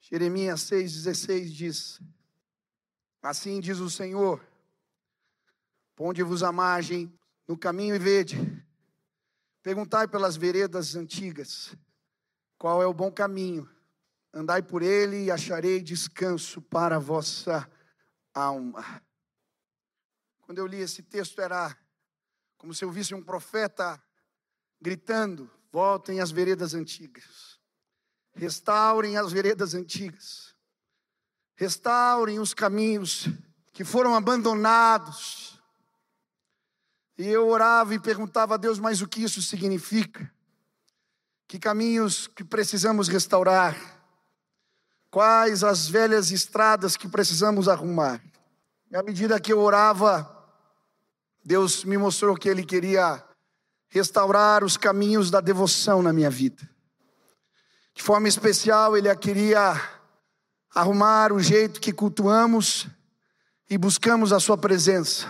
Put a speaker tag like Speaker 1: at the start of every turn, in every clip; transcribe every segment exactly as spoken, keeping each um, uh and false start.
Speaker 1: Jeremias seis, dezesseis diz: assim diz o Senhor, ponde-vos à margem no caminho e vede, perguntai pelas veredas antigas, qual é o bom caminho, andai por ele e acharei descanso para a vossa alma. Quando eu li esse texto era como se eu visse um profeta gritando: voltem às veredas antigas, restaurem as veredas antigas, restaurem os caminhos que foram abandonados. E eu orava e perguntava a Deus, mas o que isso significa? Que caminhos que precisamos restaurar? Quais as velhas estradas que precisamos arrumar? E à medida que eu orava, Deus me mostrou que Ele queria restaurar os caminhos da devoção na minha vida. De forma especial, Ele queria arrumar o jeito que cultuamos e buscamos a sua presença.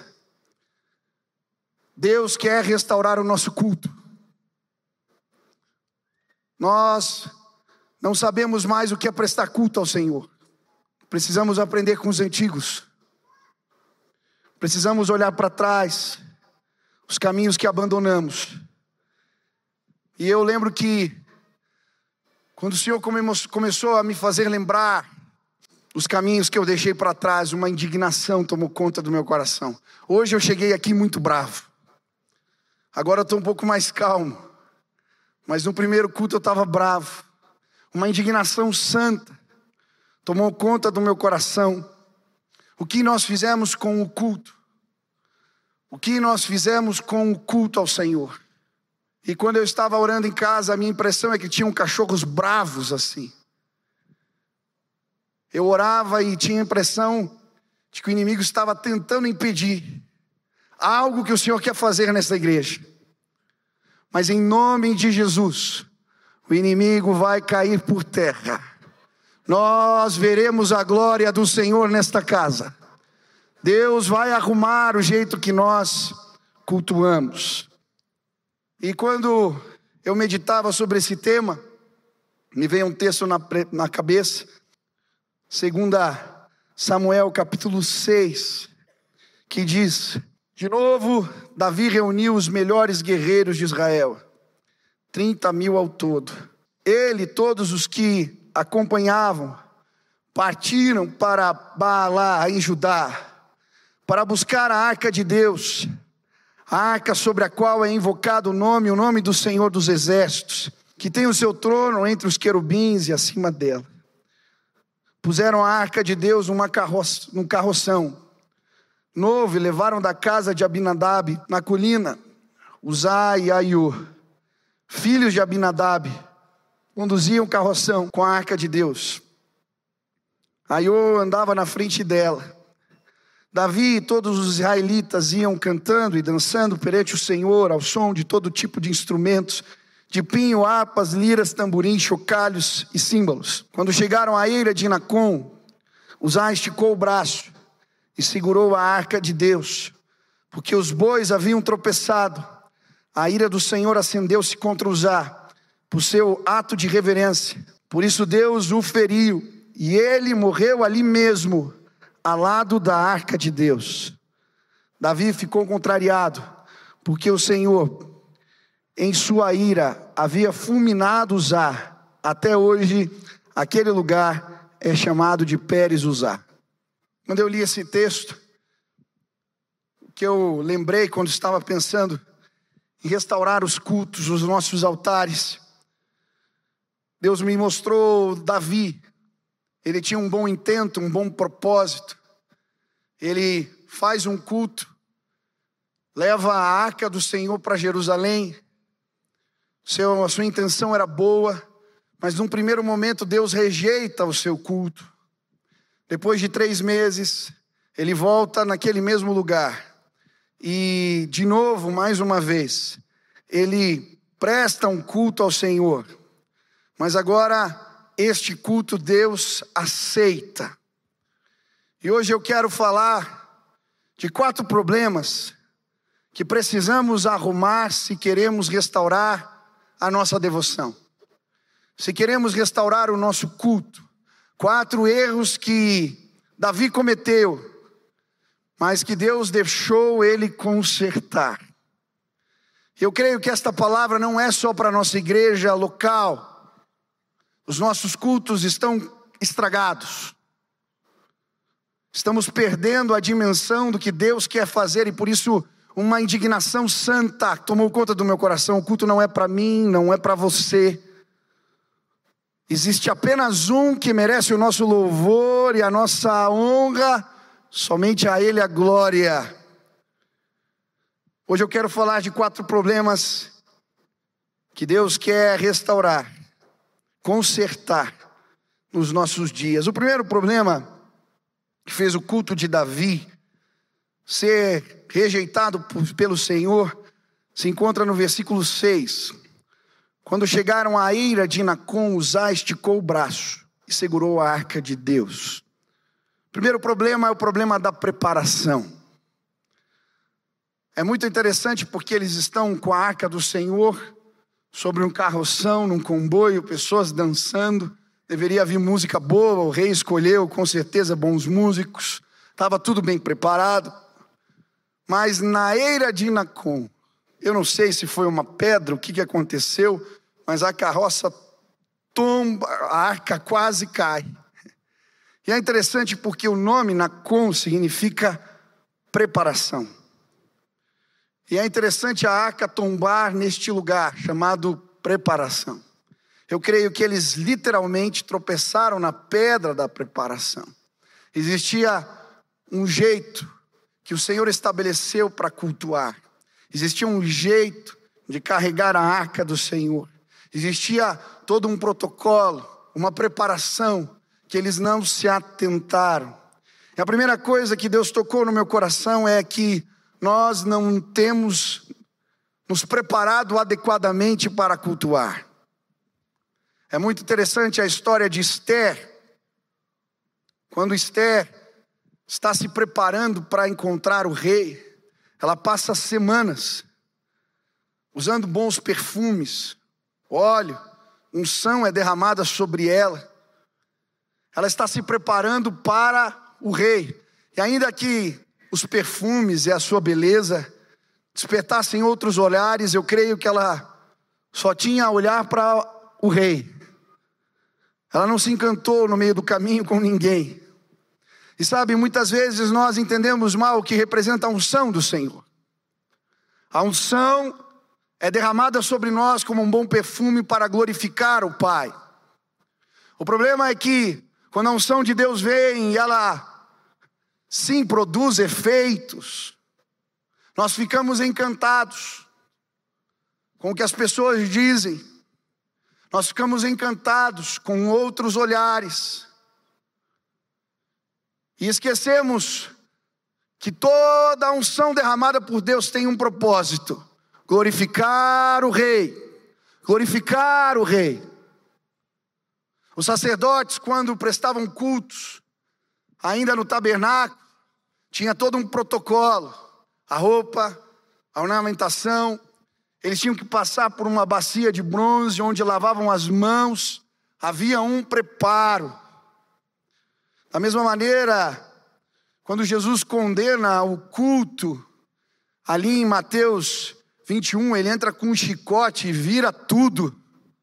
Speaker 1: Deus quer restaurar o nosso culto. Nós não sabemos mais o que é prestar culto ao Senhor. Precisamos aprender com os antigos. Precisamos olhar para trás, os caminhos que abandonamos. E eu lembro que, quando o Senhor começou a me fazer lembrar os caminhos que eu deixei para trás, uma indignação tomou conta do meu coração. Hoje eu cheguei aqui muito bravo. Agora eu estou um pouco mais calmo. Mas no primeiro culto eu estava bravo. Uma indignação santa tomou conta do meu coração. O que nós fizemos com o culto? O que nós fizemos com o culto ao Senhor? E quando eu estava orando em casa, a minha impressão é que tinham cachorros bravos assim. Eu orava e tinha a impressão de que o inimigo estava tentando impedir algo que o Senhor quer fazer nessa igreja. Mas em nome de Jesus, o inimigo vai cair por terra. Nós veremos a glória do Senhor nesta casa. Deus vai arrumar o jeito que nós cultuamos. E quando eu meditava sobre esse tema, me veio um texto na, na cabeça, segunda Samuel capítulo seis, que diz: de novo, Davi reuniu os melhores guerreiros de Israel, trinta mil ao todo. Ele e todos os que acompanhavam partiram para Baalá em Judá, para buscar a arca de Deus, a arca sobre a qual é invocado o nome, o nome do Senhor dos Exércitos, que tem o seu trono entre os querubins e acima dela. Puseram a arca de Deus numa carroça, num carroção novo e levaram da casa de Abinadab, na colina, Uzá e Aiú, filhos de Abinadab, conduziam o carroção com a arca de Deus. Aiú andava na frente dela. Davi e todos os israelitas iam cantando e dançando perante o Senhor ao som de todo tipo de instrumentos, de pinho, harpas, liras, tamborins, chocalhos e símbolos. Quando chegaram à eira de Nacon, Uzá esticou o braço e segurou a arca de Deus, porque os bois haviam tropeçado. A ira do Senhor acendeu-se contra Uzá, por seu ato de reverência. Por isso Deus o feriu, e ele morreu ali mesmo, ao lado da arca de Deus. Davi ficou contrariado, porque o Senhor, em sua ira, havia fulminado Uzá. Até hoje, aquele lugar é chamado de Pérez Uzá. Quando eu li esse texto, o que eu lembrei quando estava pensando em restaurar os cultos, os nossos altares, Deus me mostrou Davi. Ele tinha um bom intento, um bom propósito. Ele faz um culto, leva a arca do Senhor para Jerusalém. Seu, a sua intenção era boa, mas num primeiro momento Deus rejeita o seu culto. Depois de três meses, ele volta naquele mesmo lugar. E, de novo, mais uma vez, ele presta um culto ao Senhor. Mas agora, este culto Deus aceita. E hoje eu quero falar de quatro problemas que precisamos arrumar se queremos restaurar a nossa devoção. Se queremos restaurar o nosso culto. Quatro erros que Davi cometeu, mas que Deus deixou ele consertar. Eu creio que esta palavra não é só para a nossa igreja local. Os nossos cultos estão estragados. Estamos perdendo a dimensão do que Deus quer fazer, e por isso uma indignação santa tomou conta do meu coração. O culto não é para mim, não é para você. Existe apenas um que merece o nosso louvor e a nossa honra, somente a Ele a glória. Hoje eu quero falar de quatro problemas que Deus quer restaurar, consertar nos nossos dias. O primeiro problema que fez o culto de Davi ser rejeitado pelo Senhor se encontra no versículo seis. Quando chegaram à eira de Nacon, Uzá esticou o braço e segurou a arca de Deus. O primeiro problema é o problema da preparação. É muito interessante porque eles estão com a arca do Senhor sobre um carroção, num comboio, pessoas dançando. Deveria haver música boa, o rei escolheu com certeza bons músicos. Estava tudo bem preparado. Mas na eira de Nacon, eu não sei se foi uma pedra, o que, que aconteceu, mas a carroça tomba, a arca quase cai. E é interessante porque o nome Nacon significa preparação. E é interessante a arca tombar neste lugar chamado preparação. Eu creio que eles literalmente tropeçaram na pedra da preparação. Existia um jeito que o Senhor estabeleceu para cultuar. Existia um jeito de carregar a arca do Senhor. Existia todo um protocolo, uma preparação que eles não se atentaram. E a primeira coisa que Deus tocou no meu coração é que nós não temos nos preparado adequadamente para cultuar. É muito interessante a história de Esther. Quando Esther está se preparando para encontrar o rei, ela passa semanas usando bons perfumes, óleo, unção é derramada sobre ela. Ela está se preparando para o rei. E ainda que os perfumes e a sua beleza despertassem outros olhares, eu creio que ela só tinha a olhar para o rei. Ela não se encantou no meio do caminho com ninguém. E sabe, muitas vezes nós entendemos mal o que representa a unção do Senhor. A unção é derramada sobre nós como um bom perfume para glorificar o Pai. O problema é que quando a unção de Deus vem e ela sim produz efeitos, nós ficamos encantados com o que as pessoas dizem. Nós ficamos encantados com outros olhares. E esquecemos que toda a unção derramada por Deus tem um propósito: glorificar o Rei. Glorificar o Rei. Os sacerdotes, quando prestavam cultos, ainda no tabernáculo, tinha todo um protocolo. A roupa, a ornamentação. Eles tinham que passar por uma bacia de bronze, onde lavavam as mãos. Havia um preparo. Da mesma maneira, quando Jesus condena o culto, ali em Mateus vinte e um, ele entra com um chicote e vira tudo.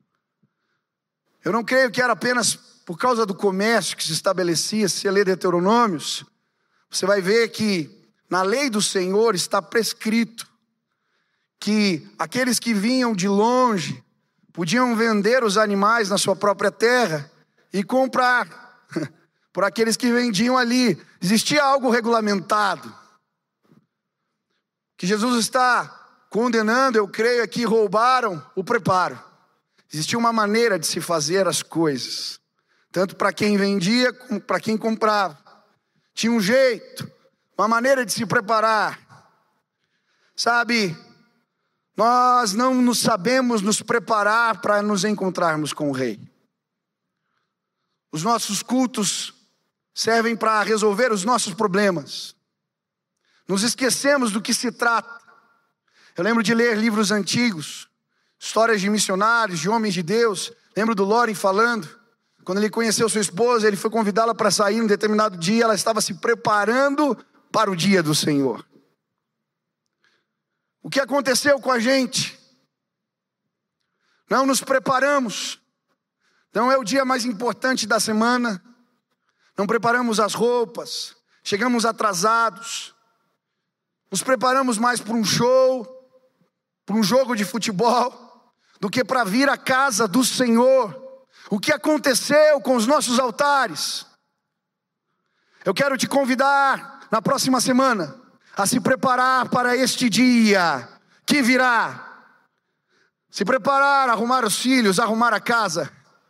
Speaker 1: Eu não creio que era apenas por causa do comércio que se estabelecia. Se você ler Deuteronômios, você vai ver que na lei do Senhor está prescrito que aqueles que vinham de longe podiam vender os animais na sua própria terra e comprar por aqueles que vendiam ali. Existia algo regulamentado. Que Jesus está condenando, eu creio, é que roubaram o preparo. Existia uma maneira de se fazer as coisas, tanto para quem vendia como para quem comprava. Tinha um jeito, uma maneira de se preparar. Sabe, nós não nos sabemos nos preparar para nos encontrarmos com o Rei. Os nossos cultos servem para resolver os nossos problemas. Nos esquecemos do que se trata. Eu lembro de ler livros antigos, histórias de missionários, de homens de Deus. Lembro do Loren falando, Quando ele conheceu sua esposa, ele foi convidá-la para sair em um determinado dia. Ela estava se preparando para o dia do Senhor. O que aconteceu com a gente? Não nos preparamos. Não é o dia mais importante da semana. Não preparamos as roupas. Chegamos atrasados. Nos preparamos mais para um show, para um jogo de futebol, do que para vir à casa do Senhor. O que aconteceu com os nossos altares? Eu quero te convidar na próxima semana a se preparar para este dia que virá. Se preparar, arrumar os filhos, arrumar a casa.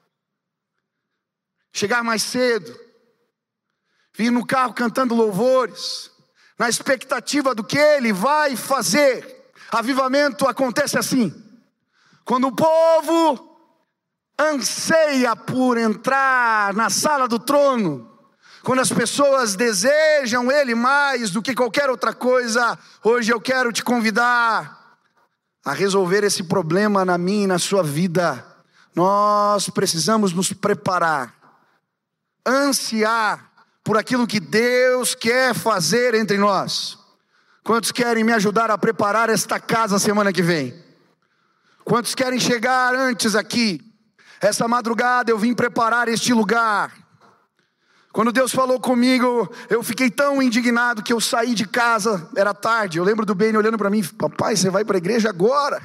Speaker 1: Chegar mais cedo. Vir no carro cantando louvores. Na expectativa do que Ele vai fazer. Avivamento acontece assim. Quando o povo anseia por entrar na sala do trono. Quando as pessoas desejam Ele mais do que qualquer outra coisa. Hoje eu quero te convidar a resolver esse problema na minha e na sua vida. Nós precisamos nos preparar, ansiar por aquilo que Deus quer fazer entre nós. Quantos querem me ajudar a preparar esta casa semana que vem? Quantos querem chegar antes aqui? Essa madrugada eu vim preparar este lugar. Quando Deus falou comigo, eu fiquei tão indignado que eu saí de casa, era tarde. Eu lembro do Beni olhando para mim: papai, você vai para a igreja agora?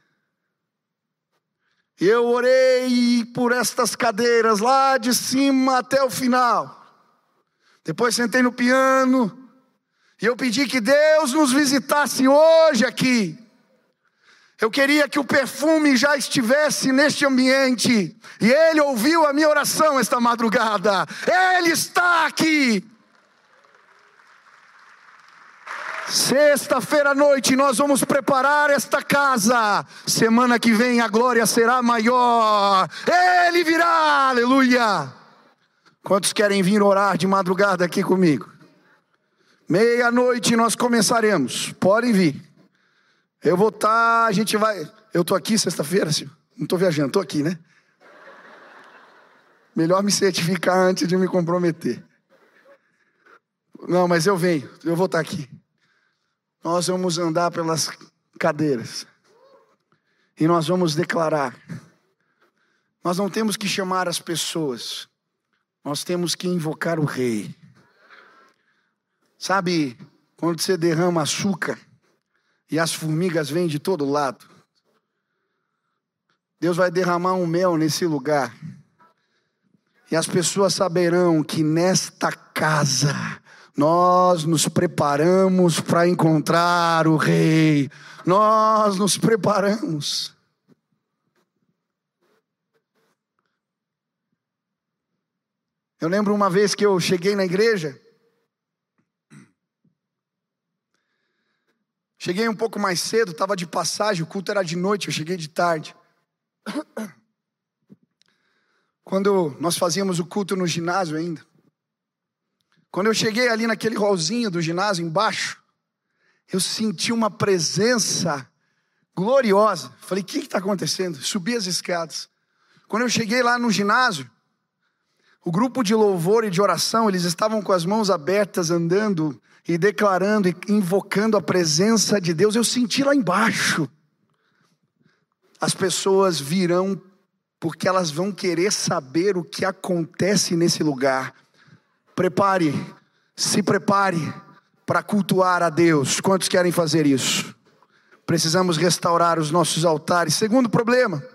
Speaker 1: E eu orei por estas cadeiras, lá de cima até o final. Depois sentei no piano, e eu pedi que Deus nos visitasse hoje aqui. Eu queria que o perfume já estivesse neste ambiente. E Ele ouviu a minha oração esta madrugada. Ele está aqui. Sexta-feira à noite nós vamos preparar esta casa. Semana que vem a glória será maior. Ele virá, aleluia. Quantos querem vir orar de madrugada aqui comigo? Meia-noite nós começaremos. Podem vir. Eu vou estar, a gente vai... Eu estou aqui sexta-feira, senhor? Não estou viajando, estou aqui, né? Melhor me certificar antes de me comprometer. Não, mas eu venho, eu vou estar aqui. Nós vamos andar pelas cadeiras. E nós vamos declarar. Nós não temos que chamar as pessoas. Nós temos que invocar o Rei. Sabe, quando você derrama açúcar e as formigas vêm de todo lado, Deus vai derramar um mel nesse lugar. E as pessoas saberão que nesta casa nós nos preparamos para encontrar o Rei. Nós nos preparamos. Eu lembro uma vez que eu cheguei na igreja. Cheguei um pouco mais cedo, estava de passagem, o culto era de noite, eu cheguei de tarde. Quando nós fazíamos o culto no ginásio ainda. Quando eu cheguei ali naquele hallzinho do ginásio embaixo, eu senti uma presença gloriosa. Falei, o que está acontecendo? Subi as escadas. Quando eu cheguei lá no ginásio, o grupo de louvor e de oração, eles estavam com as mãos abertas, andando e declarando e invocando a presença de Deus. Eu senti lá embaixo. As pessoas virão porque elas vão querer saber o que acontece nesse lugar. Prepare, se prepare para cultuar a Deus. Quantos querem fazer isso? Precisamos restaurar os nossos altares. Segundo problema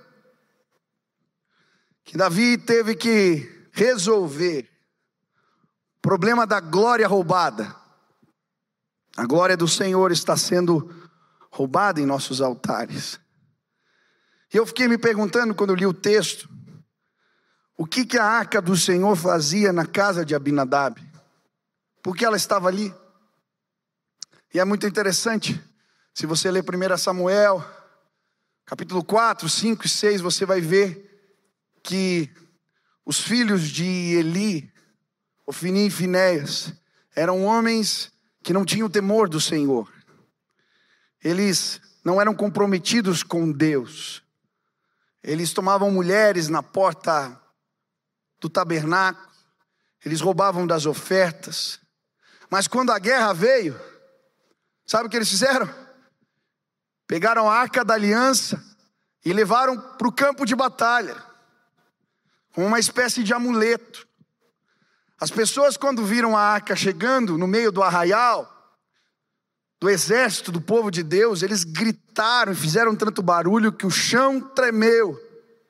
Speaker 1: que Davi teve que resolver, problema da glória roubada. A glória do Senhor está sendo roubada em nossos altares. E eu fiquei me perguntando quando eu li o texto, o que, que a arca do Senhor fazia na casa de Abinadab? Por que ela estava ali? E é muito interessante, se você ler primeiro Samuel, capítulo quatro, cinco e seis, você vai ver que os filhos de Eli, Ofni e Finéias, eram homens que não tinham temor do Senhor. Eles não eram comprometidos com Deus. Eles tomavam mulheres na porta do tabernáculo, eles roubavam das ofertas. Mas quando a guerra veio, sabe o que eles fizeram? Pegaram a arca da aliança e levaram para o campo de batalha, com uma espécie de amuleto. As pessoas, quando viram a arca chegando no meio do arraial, do exército do povo de Deus, eles gritaram e fizeram tanto barulho que o chão tremeu.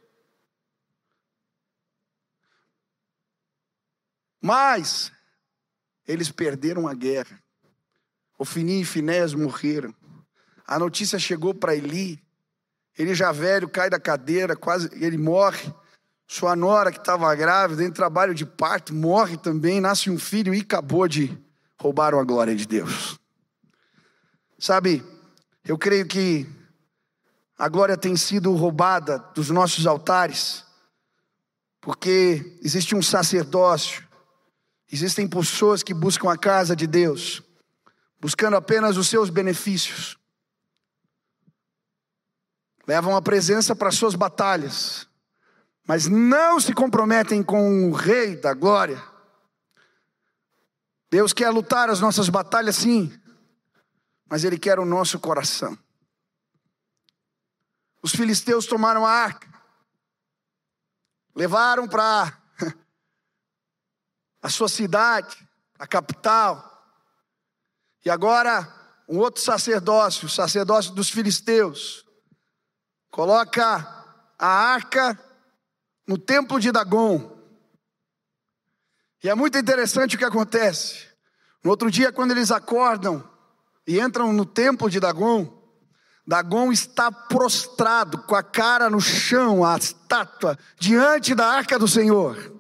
Speaker 1: Mas eles perderam a guerra. Ofni e Finéias morreram. A notícia chegou para Eli. Ele já velho, cai da cadeira, quase ele morre. Sua nora, que estava grávida, em trabalho de parto, morre também. Nasce um filho e acabou de roubar a glória de Deus. Sabe, eu creio que a glória tem sido roubada dos nossos altares, porque existe um sacerdócio. Existem pessoas que buscam a casa de Deus, buscando apenas os seus benefícios. Levam a presença para suas batalhas, mas não se comprometem com o Rei da Glória. Deus quer lutar as nossas batalhas, sim, mas Ele quer o nosso coração. Os filisteus tomaram a arca, levaram para a sua cidade, a capital. E agora, um outro sacerdócio, o sacerdócio dos filisteus, coloca a arca no templo de Dagon. E é muito interessante o que acontece. No outro dia, quando eles acordam e entram no templo de Dagon, Dagon está prostrado, com a cara no chão, a estátua, diante da arca do Senhor.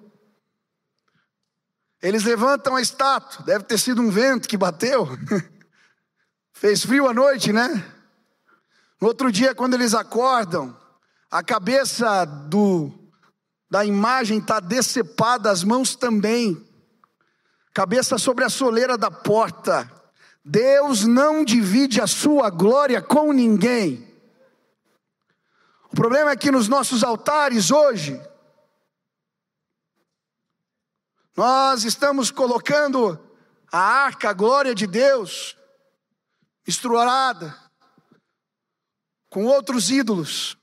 Speaker 1: Eles levantam a estátua, deve ter sido um vento que bateu. Fez frio à noite, né? No outro dia, quando eles acordam, a cabeça do, da imagem está decepada, as mãos também. Cabeça sobre a soleira da porta. Deus não divide a sua glória com ninguém. O problema é que nos nossos altares hoje, nós estamos colocando a arca, a glória de Deus, misturada com outros ídolos.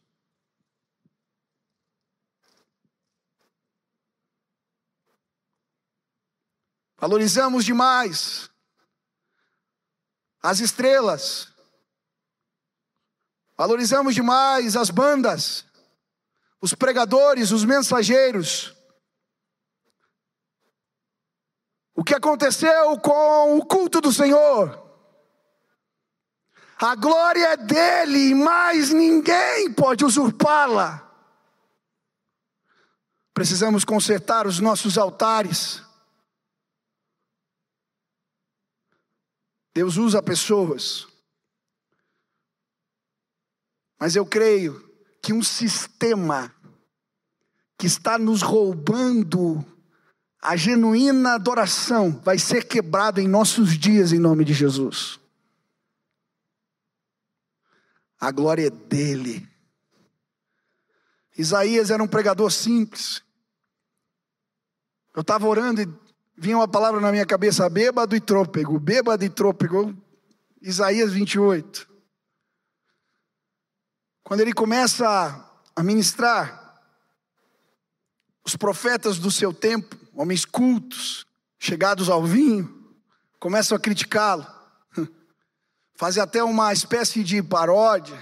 Speaker 1: Valorizamos demais as estrelas, valorizamos demais as bandas, os pregadores, os mensageiros. O que aconteceu com o culto do Senhor? A glória é dele e mais ninguém pode usurpá-la. Precisamos consertar os nossos altares. Deus usa pessoas, mas eu creio que um sistema que está nos roubando a genuína adoração vai ser quebrado em nossos dias, em nome de Jesus. A glória é dele. Isaías era um pregador simples. Eu estava orando e vinha uma palavra na minha cabeça: bêbado e trôpego, bêbado e trôpego. Isaías vinte e oito. Quando ele começa a ministrar, os profetas do seu tempo, homens cultos, chegados ao vinho, começam a criticá-lo. Fazem até uma espécie de paródia,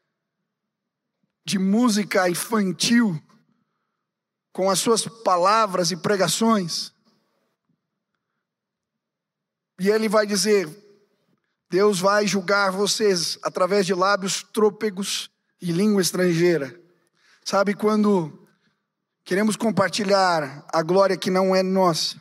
Speaker 1: de música infantil, com as suas palavras e pregações. E ele vai dizer: Deus vai julgar vocês através de lábios trôpegos e língua estrangeira. Sabe, quando queremos compartilhar a glória que não é nossa,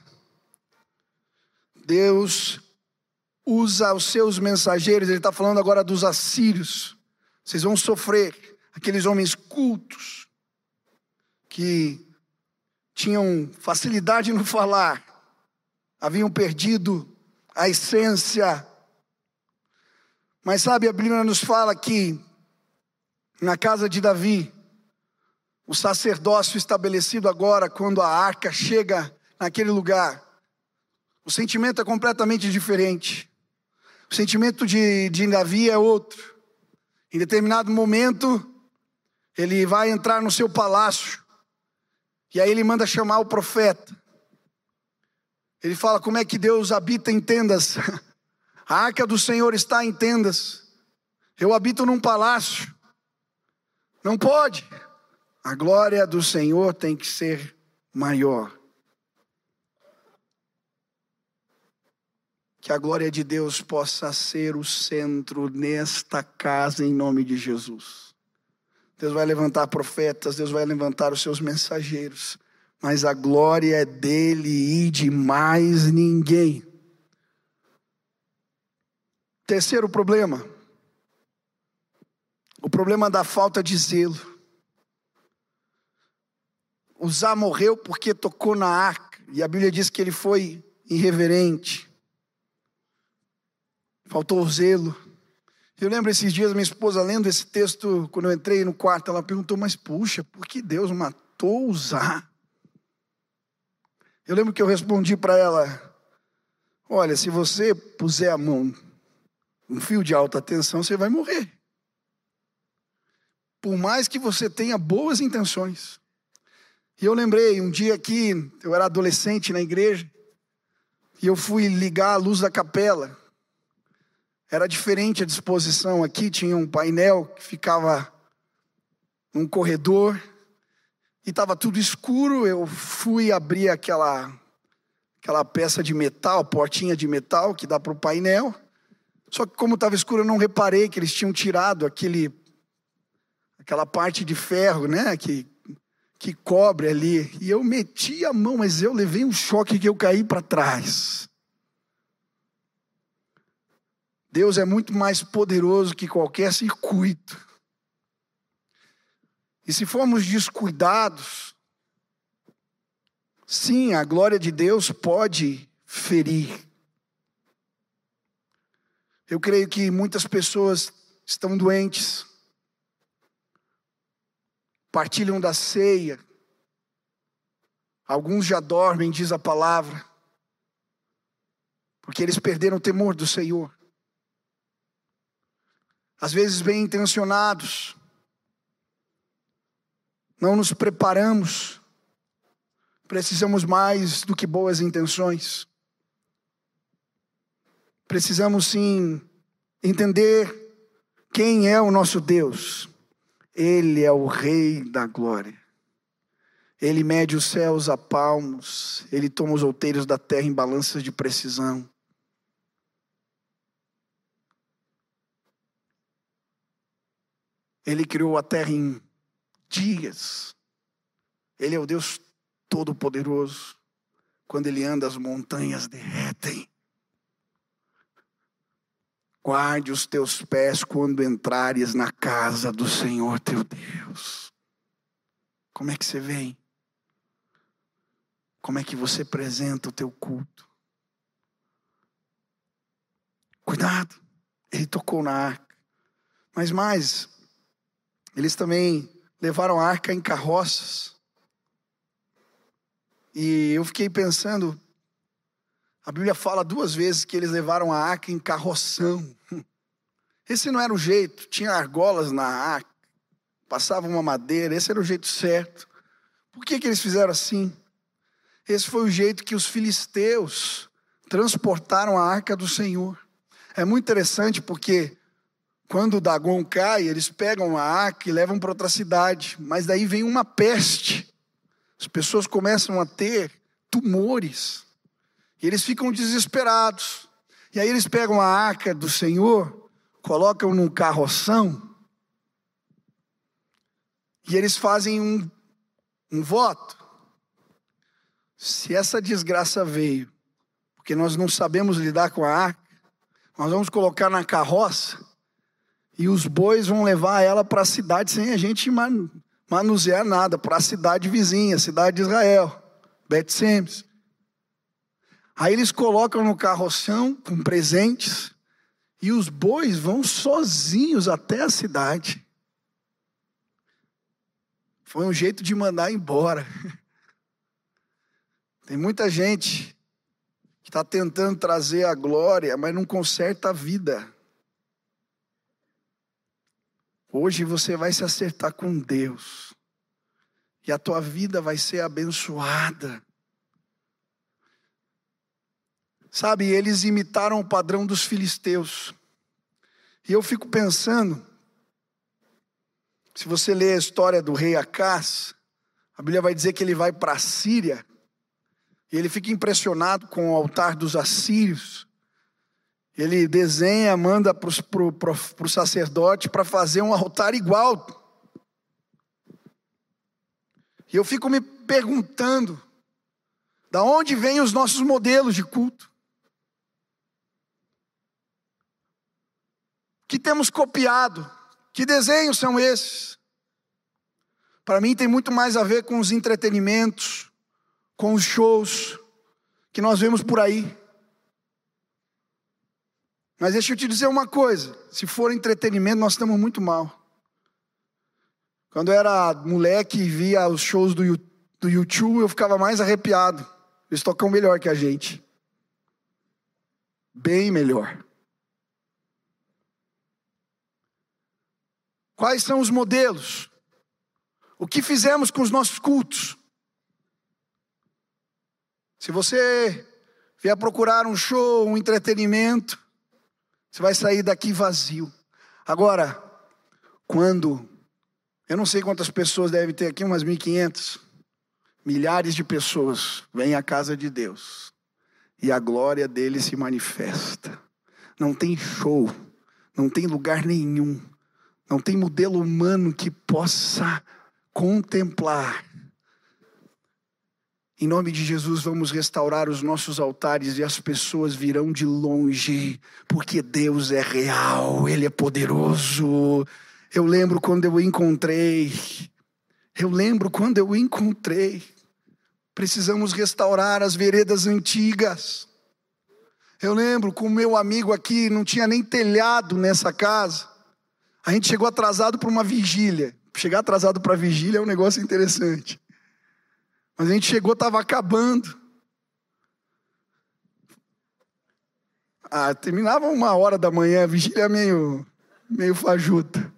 Speaker 1: Deus usa os seus mensageiros. Ele está falando agora dos assírios. Vocês vão sofrer. Aqueles homens cultos, que tinham facilidade no falar, haviam perdido a essência. Mas sabe, a Bíblia nos fala que na casa de Davi O sacerdócio estabelecido agora, quando a arca chega naquele lugar, o sentimento é completamente diferente. O sentimento de, de Davi é outro. Em determinado momento, ele vai entrar no seu palácio, e aí ele manda chamar o profeta. Ele fala como é que Deus habita em tendas. A arca do Senhor está em tendas. Eu habito num palácio. Não pode. A glória do Senhor tem que ser maior. Que a glória de Deus possa ser o centro nesta casa em nome de Jesus. Deus vai levantar profetas, Deus vai levantar os seus mensageiros, mas a glória é dele e de mais ninguém. Terceiro problema, o problema da falta de zelo. Uzá morreu porque tocou na arca, e a Bíblia diz que ele foi irreverente. Faltou zelo. Eu lembro esses dias, minha esposa lendo esse texto, quando eu entrei no quarto, ela perguntou, mas puxa, por que Deus matou Uzá? Eu lembro que eu respondi para ela, olha, se você puser a mão um fio de alta tensão, você vai morrer. Por mais que você tenha boas intenções. E eu lembrei, um dia que eu era adolescente na igreja, e eu fui ligar a luz da capela. Era diferente a disposição aqui, tinha um painel que ficava num corredor, e estava tudo escuro. Eu fui abrir aquela, aquela peça de metal, portinha de metal que dá para o painel. Só que como estava escuro, eu não reparei que eles tinham tirado aquele, aquela parte de ferro, né, que, que cobre ali. E eu meti a mão, mas eu levei um choque que eu caí para trás. Deus é muito mais poderoso que qualquer circuito. E se formos descuidados, sim, a glória de Deus pode ferir. Eu creio que muitas pessoas estão doentes, partilham da ceia, alguns já dormem, diz a palavra, porque eles perderam o temor do Senhor. Às vezes bem intencionados, não nos preparamos, precisamos mais do que boas intenções. Precisamos sim entender quem é o nosso Deus. Ele é o Rei da glória. Ele mede os céus a palmos, ele toma os outeiros da terra em balanças de precisão. Ele criou a terra em dias. Ele é o Deus Todo-Poderoso. Quando ele anda, as montanhas derretem. Guarde os teus pés quando entrares na casa do Senhor teu Deus. Como é que você vem? Como é que você apresenta o teu culto? Cuidado, ele tocou na arca. Mas mais, eles também levaram a arca em carroças. E eu fiquei pensando, a Bíblia fala duas vezes que eles levaram a arca em carroção. Esse não era o jeito, tinha argolas na arca, passava uma madeira, esse era o jeito certo. Por que que eles fizeram assim? Esse foi o jeito que os filisteus transportaram a arca do Senhor. É muito interessante porque quando Dagon cai, eles pegam a arca e levam para outra cidade, mas daí vem uma peste. As pessoas começam a ter tumores. E eles ficam desesperados. E aí eles pegam a arca do Senhor, colocam num carroção, e eles fazem um, um voto. Se essa desgraça veio, porque nós não sabemos lidar com a arca, nós vamos colocar na carroça, e os bois vão levar ela para a cidade sem a gente manusear nada, para a cidade vizinha, a cidade de Israel, Bet-Semes. Aí eles colocam no carroção com presentes, e os bois vão sozinhos até a cidade. Foi um jeito de mandar embora. Tem muita gente que está tentando trazer a glória, mas não conserta a vida. Hoje você vai se acertar com Deus. E a tua vida vai ser abençoada. Sabe, eles imitaram o padrão dos filisteus. E eu fico pensando, se você ler a história do rei Acás, a Bíblia vai dizer que ele vai para a Síria, e ele fica impressionado com o altar dos assírios. Ele desenha, manda para o sacerdote para fazer um altar igual. E eu fico me perguntando, da onde vêm os nossos modelos de culto? Que temos copiado? Que desenhos são esses? Para mim tem muito mais a ver com os entretenimentos, com os shows que nós vemos por aí. Mas deixa eu te dizer uma coisa, se for entretenimento nós estamos muito mal. Quando eu era moleque e via os shows do, do YouTube, eu ficava mais arrepiado. Eles tocam melhor que a gente. Bem melhor. Quais são os modelos? O que fizemos com os nossos cultos? Se você vier procurar um show, um entretenimento, você vai sair daqui vazio. Agora, quando... Eu não sei quantas pessoas devem ter aqui, umas mil e quinhentas. Milhares de pessoas vêm à casa de Deus. E a glória dele se manifesta. Não tem show. Não tem lugar nenhum. Não tem modelo humano que possa contemplar. Em nome de Jesus, vamos restaurar os nossos altares e as pessoas virão de longe. Porque Deus é real, Ele é poderoso. Eu lembro quando eu encontrei, eu lembro quando eu encontrei, precisamos restaurar as veredas antigas. Eu lembro com o meu amigo aqui, não tinha nem telhado nessa casa. A gente chegou atrasado para uma vigília. Chegar atrasado para a vigília é um negócio interessante. Mas a gente chegou, estava acabando. Ah, terminava uma hora da manhã, a vigília é meio, meio fajuta.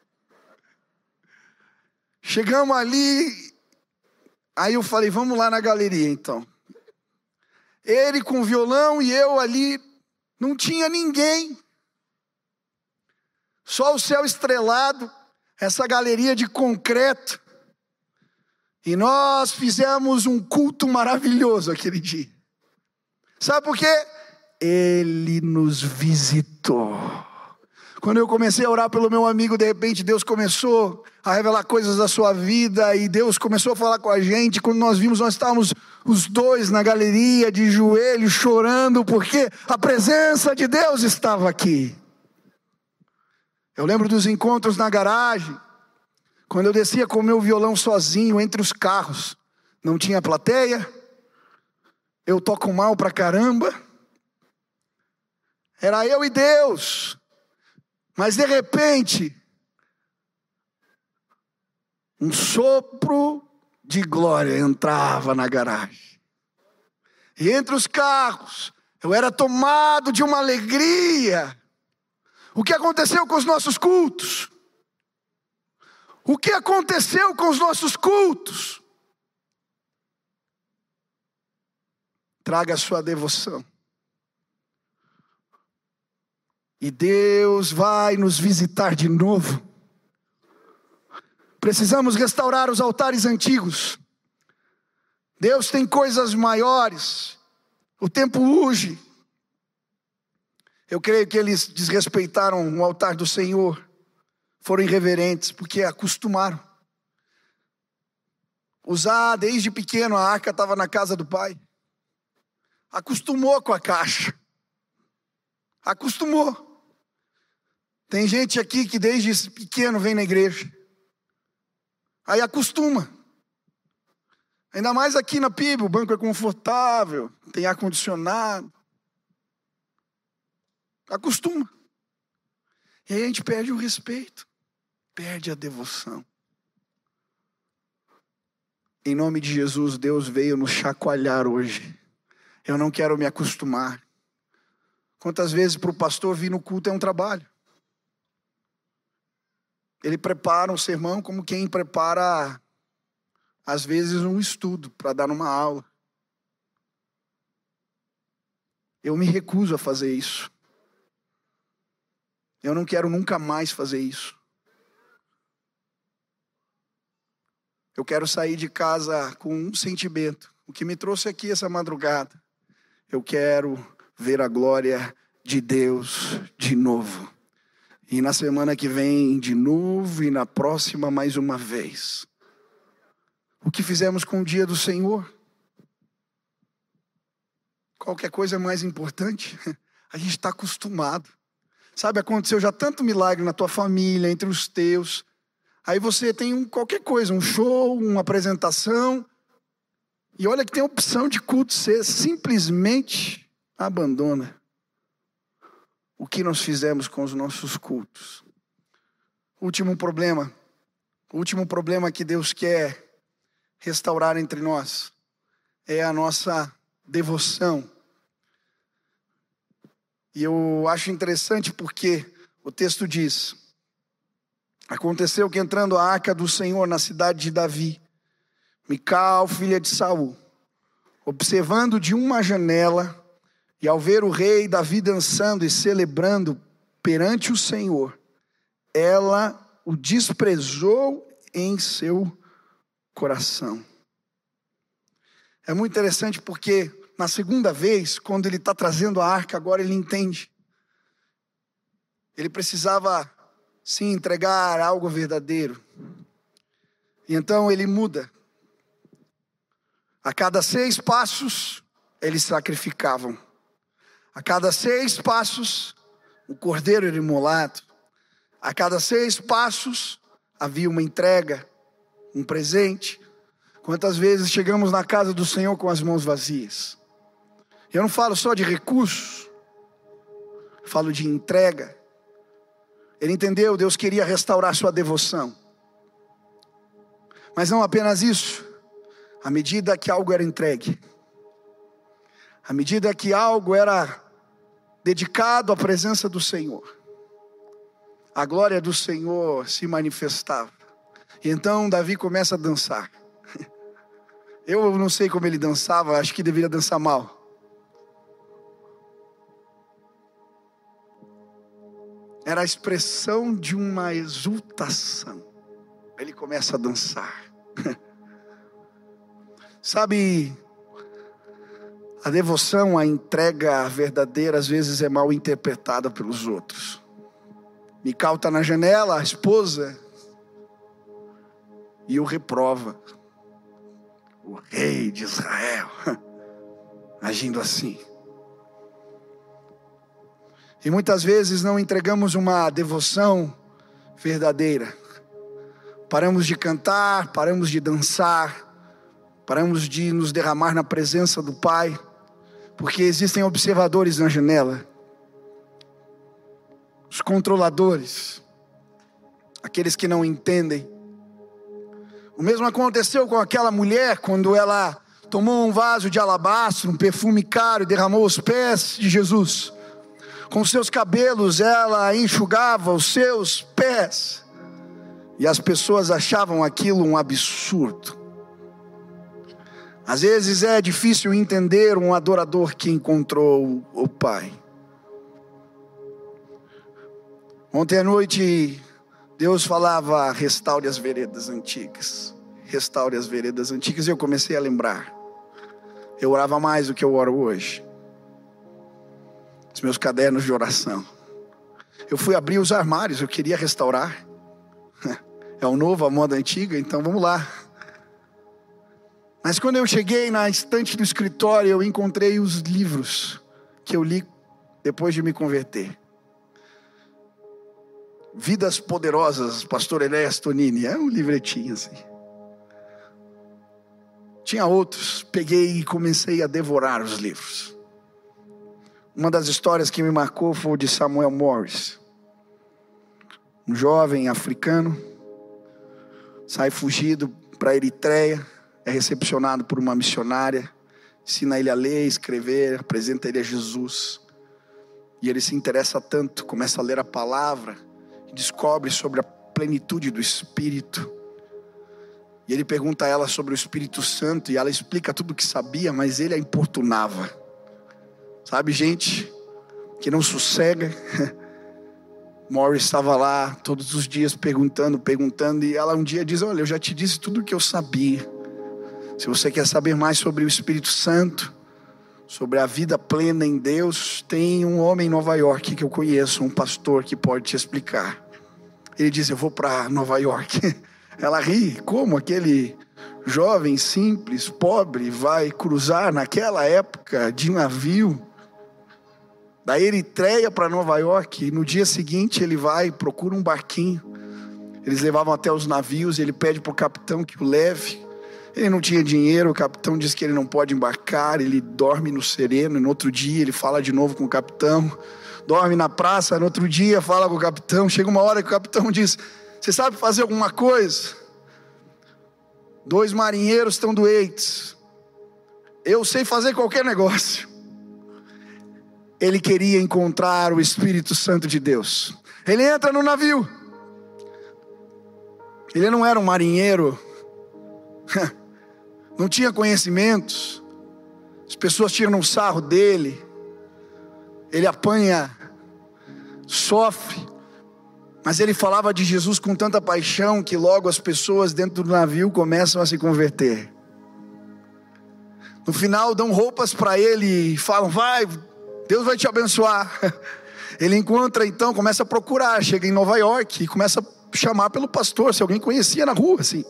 Speaker 1: Chegamos ali, aí eu falei, vamos lá na galeria então. Ele com violão e eu ali, não tinha ninguém. Só o céu estrelado, essa galeria de concreto. E nós fizemos um culto maravilhoso aquele dia. Sabe por quê? Ele nos visitou. Quando eu comecei a orar pelo meu amigo, de repente Deus começou a revelar coisas da sua vida, e Deus começou a falar com a gente. Quando nós vimos, nós estávamos os dois na galeria, de joelhos, chorando, porque a presença de Deus estava aqui. Eu lembro dos encontros na garagem, quando eu descia com o meu violão sozinho entre os carros. Não tinha plateia, eu toco mal pra caramba. Era eu e Deus. Mas de repente, um sopro de glória entrava na garagem. E entre os carros, eu era tomado de uma alegria. O que aconteceu com os nossos cultos? O que aconteceu com os nossos cultos? Traga a sua devoção. E Deus vai nos visitar de novo. Precisamos restaurar os altares antigos. Deus tem coisas maiores. O tempo urge. Eu creio que eles desrespeitaram o altar do Senhor. Foram irreverentes, porque acostumaram. Usar desde pequeno, a arca estava na casa do pai. Acostumou com a caixa. Acostumou. Tem gente aqui que desde pequeno vem na igreja. Aí acostuma. Ainda mais aqui na P I B, o banco é confortável, tem ar-condicionado. Acostuma. E aí a gente perde o respeito, perde a devoção. Em nome de Jesus, Deus veio nos chacoalhar hoje. Eu não quero me acostumar. Quantas vezes para o pastor vir no culto é um trabalho. Ele prepara um sermão como quem prepara, às vezes, um estudo para dar numa aula. Eu me recuso a fazer isso. Eu não quero nunca mais fazer isso. Eu quero sair de casa com um sentimento. O que me trouxe aqui essa madrugada. Eu quero ver a glória de Deus de novo. E na semana que vem de novo e na próxima mais uma vez. O que fizemos com o dia do Senhor? Qualquer coisa é mais importante. A gente está acostumado. Sabe, aconteceu já tanto milagre na tua família, entre os teus. Aí você tem um, qualquer coisa, um show, uma apresentação. E olha que tem a opção de culto, você simplesmente abandona. O que nós fizemos com os nossos cultos? Último problema. O último problema que Deus quer restaurar entre nós é a nossa devoção. E eu acho interessante porque o texto diz: aconteceu que entrando a arca do Senhor na cidade de Davi, Mical, filha de Saul, observando de uma janela, e ao ver o rei Davi dançando e celebrando perante o Senhor, ela o desprezou em seu coração. É muito interessante porque na segunda vez, quando ele está trazendo a arca, agora ele entende. Ele precisava sim entregar algo verdadeiro. E então ele muda. A cada seis passos, eles sacrificavam. A cada seis passos, o cordeiro era imolado. A cada seis passos, havia uma entrega, um presente. Quantas vezes chegamos na casa do Senhor com as mãos vazias? Eu não falo só de recursos, eu falo de entrega. Ele entendeu, Deus queria restaurar sua devoção. Mas não apenas isso. À medida que algo era entregue, à medida que algo era dedicado à presença do Senhor, a glória do Senhor se manifestava. E então Davi começa a dançar. Eu não sei como ele dançava, acho que deveria dançar mal. Era a expressão de uma exultação. Ele começa a dançar. Sabe, a devoção, a entrega verdadeira, às vezes é mal interpretada pelos outros. Mical está na janela, a esposa, e o reprova. O rei de Israel, agindo assim. E muitas vezes não entregamos uma devoção verdadeira. Paramos de cantar, paramos de dançar, paramos de nos derramar na presença do Pai, porque existem observadores na janela, os controladores, aqueles que não entendem. O mesmo aconteceu com aquela mulher quando ela tomou um vaso de alabastro, um perfume caro, e derramou aos pés de Jesus. Com seus cabelos ela enxugava os seus pés. E as pessoas achavam aquilo um absurdo. Às vezes é difícil entender um adorador que encontrou o Pai. Ontem à noite Deus falava: restaure as veredas antigas. Restaure as veredas antigas. E eu comecei a lembrar. Eu orava mais do que eu oro hoje. Os meus cadernos de oração. Eu fui abrir os armários, eu queria restaurar. É o novo, a moda antiga, então vamos lá. Mas quando eu cheguei na estante do escritório, eu encontrei os livros que eu li depois de me converter. Vidas Poderosas, pastor Enéas Tonini. É um livretinho assim. Tinha outros, peguei e comecei a devorar os livros. Uma das histórias que me marcou foi o de Samuel Morris. Um jovem africano, sai fugido para a Eritreia, é recepcionado por uma missionária, ensina ele a ler, escrever, apresenta ele a Jesus. E ele se interessa tanto, começa a ler a palavra, e descobre sobre a plenitude do Espírito. E ele pergunta a ela sobre o Espírito Santo, e ela explica tudo o que sabia, mas ele a importunava. Sabe, gente que não sossega? Morris estava lá todos os dias perguntando, perguntando, e ela um dia diz: olha, eu já te disse tudo o que eu sabia. Se você quer saber mais sobre o Espírito Santo, sobre a vida plena em Deus, tem um homem em Nova York que eu conheço, um pastor que pode te explicar. Ele diz: eu vou para Nova York. Ela ri: como aquele jovem simples, pobre, vai cruzar naquela época de navio da Eritreia para Nova York? E no dia seguinte ele vai, procura um barquinho. Eles levavam até os navios, e ele pede para o capitão que o leve. Ele não tinha dinheiro, o capitão diz que ele não pode embarcar. Ele dorme no sereno, e no outro dia ele fala de novo com o capitão. Dorme na praça, no outro dia fala com o capitão. Chega uma hora que o capitão diz: você sabe fazer alguma coisa? Dois marinheiros estão doentes, eu sei fazer qualquer negócio. Ele queria encontrar o Espírito Santo de Deus. Ele entra no navio. Ele não era um marinheiro, não tinha conhecimentos, as pessoas tiram um sarro dele, ele apanha, sofre, mas ele falava de Jesus com tanta paixão que logo as pessoas dentro do navio começam a se converter. No final dão roupas para ele e falam: vai, Deus vai te abençoar. Ele encontra então, começa a procurar, chega em Nova York e começa a chamar pelo pastor, se alguém conhecia na rua assim.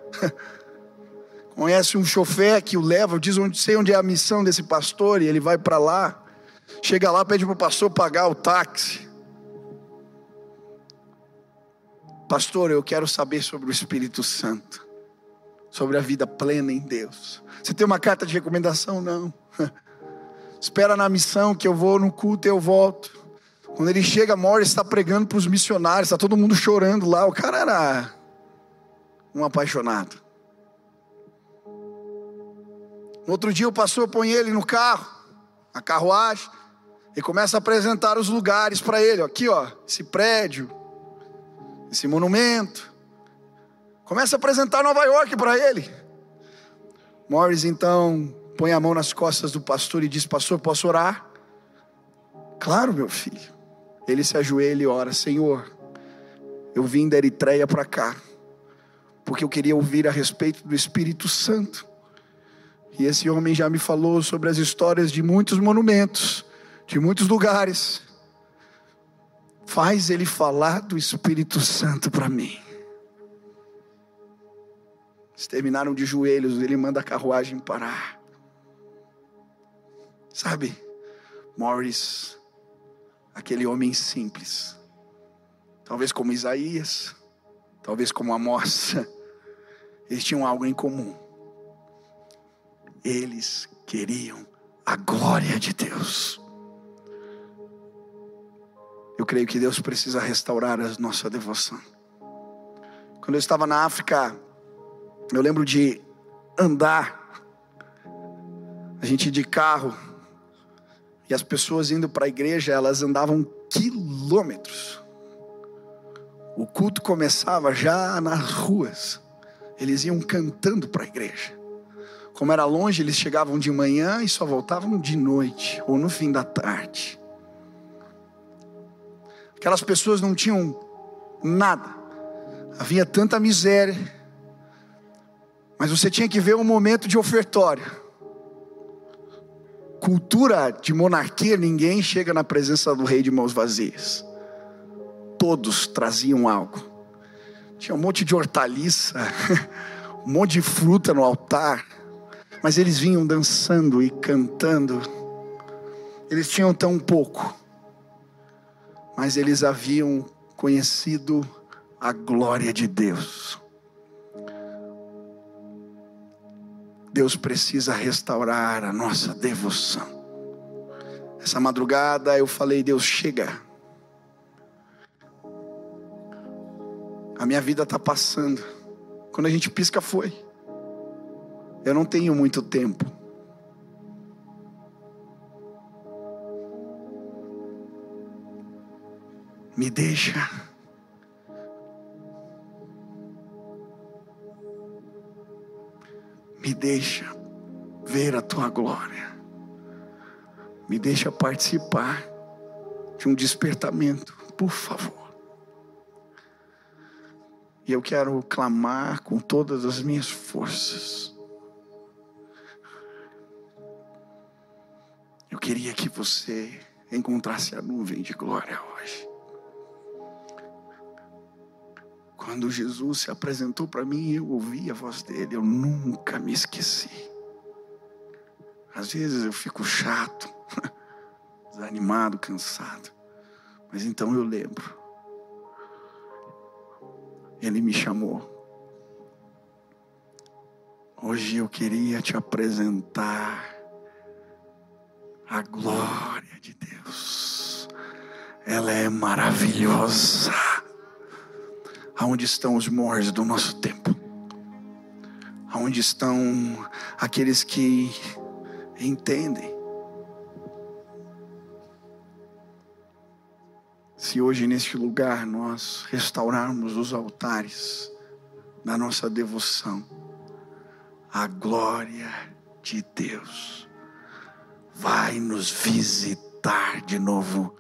Speaker 1: Conhece um chofer que o leva, diz: onde sei onde é a missão desse pastor, e ele vai para lá. Chega lá, pede para o pastor pagar o táxi. Pastor, eu quero saber sobre o Espírito Santo, sobre a vida plena em Deus. Você tem uma carta de recomendação? Não. Espera na missão que eu vou no culto e eu volto. Quando ele chega, Morris está pregando para os missionários, está todo mundo chorando lá. O cara era um apaixonado. No outro dia o pastor põe ele no carro, a carruagem, e começa a apresentar os lugares para ele. Aqui, ó, esse prédio, esse monumento. Começa a apresentar Nova York para ele. Morris então põe a mão nas costas do pastor e diz: pastor, posso orar? Claro, meu filho. Ele se ajoelha e ora: Senhor, eu vim da Eritreia para cá, porque eu queria ouvir a respeito do Espírito Santo. E esse homem já me falou sobre as histórias de muitos monumentos, de muitos lugares. Faz ele falar do Espírito Santo para mim. Eles terminaram de joelhos, ele manda a carruagem parar. Sabe, Morris, aquele homem simples, talvez como Isaías, talvez como Amós, eles tinham algo em comum. Eles queriam a glória de Deus. Eu creio que Deus precisa restaurar a nossa devoção. Quando eu estava na África, eu lembro de andar, a gente de carro, e as pessoas indo para a igreja, elas andavam quilômetros. O culto começava já nas ruas, eles iam cantando para a igreja. Como era longe, eles chegavam de manhã e só voltavam de noite, ou no fim da tarde. Aquelas pessoas não tinham nada, havia tanta miséria, mas você tinha que ver um momento de ofertório. Cultura de monarquia, ninguém chega na presença do rei de mãos vazias. Todos traziam algo. Tinha um monte de hortaliça, um monte de fruta no altar, mas eles vinham dançando e cantando. Eles tinham tão pouco, mas eles haviam conhecido a glória de Deus. Deus precisa restaurar a nossa devoção. Essa madrugada eu falei: Deus, chega. A minha vida está passando. Quando a gente pisca, foi. Eu não tenho muito tempo. Me deixa Me deixa ver a tua glória. Me deixa participar de um despertamento, por favor. E eu quero clamar com todas as minhas forças. Eu queria que você encontrasse a nuvem de glória hoje. Quando Jesus se apresentou para mim, eu ouvi a voz dele, eu nunca me esqueci. Às vezes eu fico chato, desanimado, cansado, mas então eu lembro. Ele me chamou. Hoje eu queria te apresentar a glória de Deus. Ela é maravilhosa. Aonde estão os mortos do nosso tempo? Aonde estão aqueles que entendem? Se hoje neste lugar nós restaurarmos os altares da nossa devoção, a glória de Deus vai nos visitar de novo